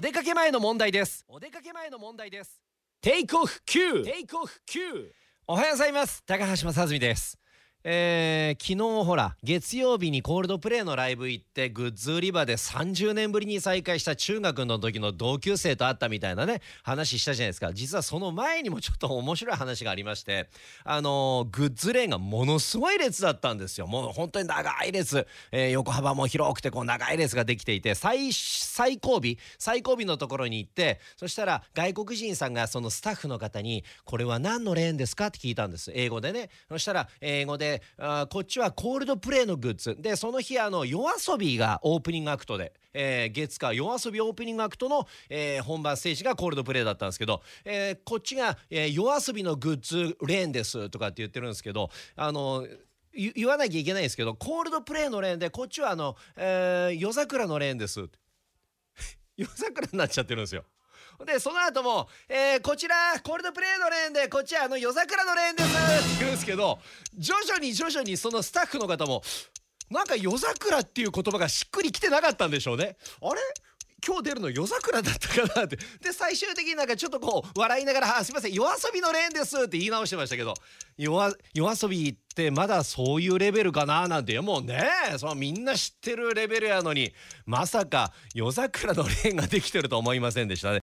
お出かけ前の問題です。お出かけ前の問題です。テイクオフ Q。 テイクオフ Q。 おはようございます。高橋正純です。昨日ほら月曜日にコールドプレイのライブ行ってグッズ売り場で30年ぶりに再会した中学の時の同級生と会ったみたいなね話したじゃないですか。実はその前にもちょっと面白い話がありまして、グッズレーンがものすごい列だったんですよ。もう本当に長い列、横幅も広くてこう長い列ができていて、最後尾のところに行って、そしたら外国人さんがそのスタッフの方にこれは何のレーンですかって聞いたんです。英語でね。そしたら英語でこっちはコールドプレイのグッズで、その日YOASOBIがオープニングアクトで、月火YOASOBIオープニングアクトの、本番ステージがコールドプレイだったんですけど、こっちが、YOASOBIのグッズレーンですとかって言ってるんですけど、言わなきゃいけないんですけど、コールドプレイのレーンでこっちは夜桜のレーンです夜桜になっちゃってるんですよ。でその後も、こちらコールドプレイのレーンでこっちは夜桜のレーンですって言うんですけど、徐々にそのスタッフの方もなんか夜桜っていう言葉がしっくりきてなかったんでしょうね。あれ今日出るの夜桜だったかなって。で最終的になんかちょっとこう笑いながら「すいませんYOASOBIのレーンです」って言い直してましたけど、YOASOBIってまだそういうレベルかななんて、もうねそのみんな知ってるレベルやのに、まさか夜桜のレーンができてると思いませんでしたね。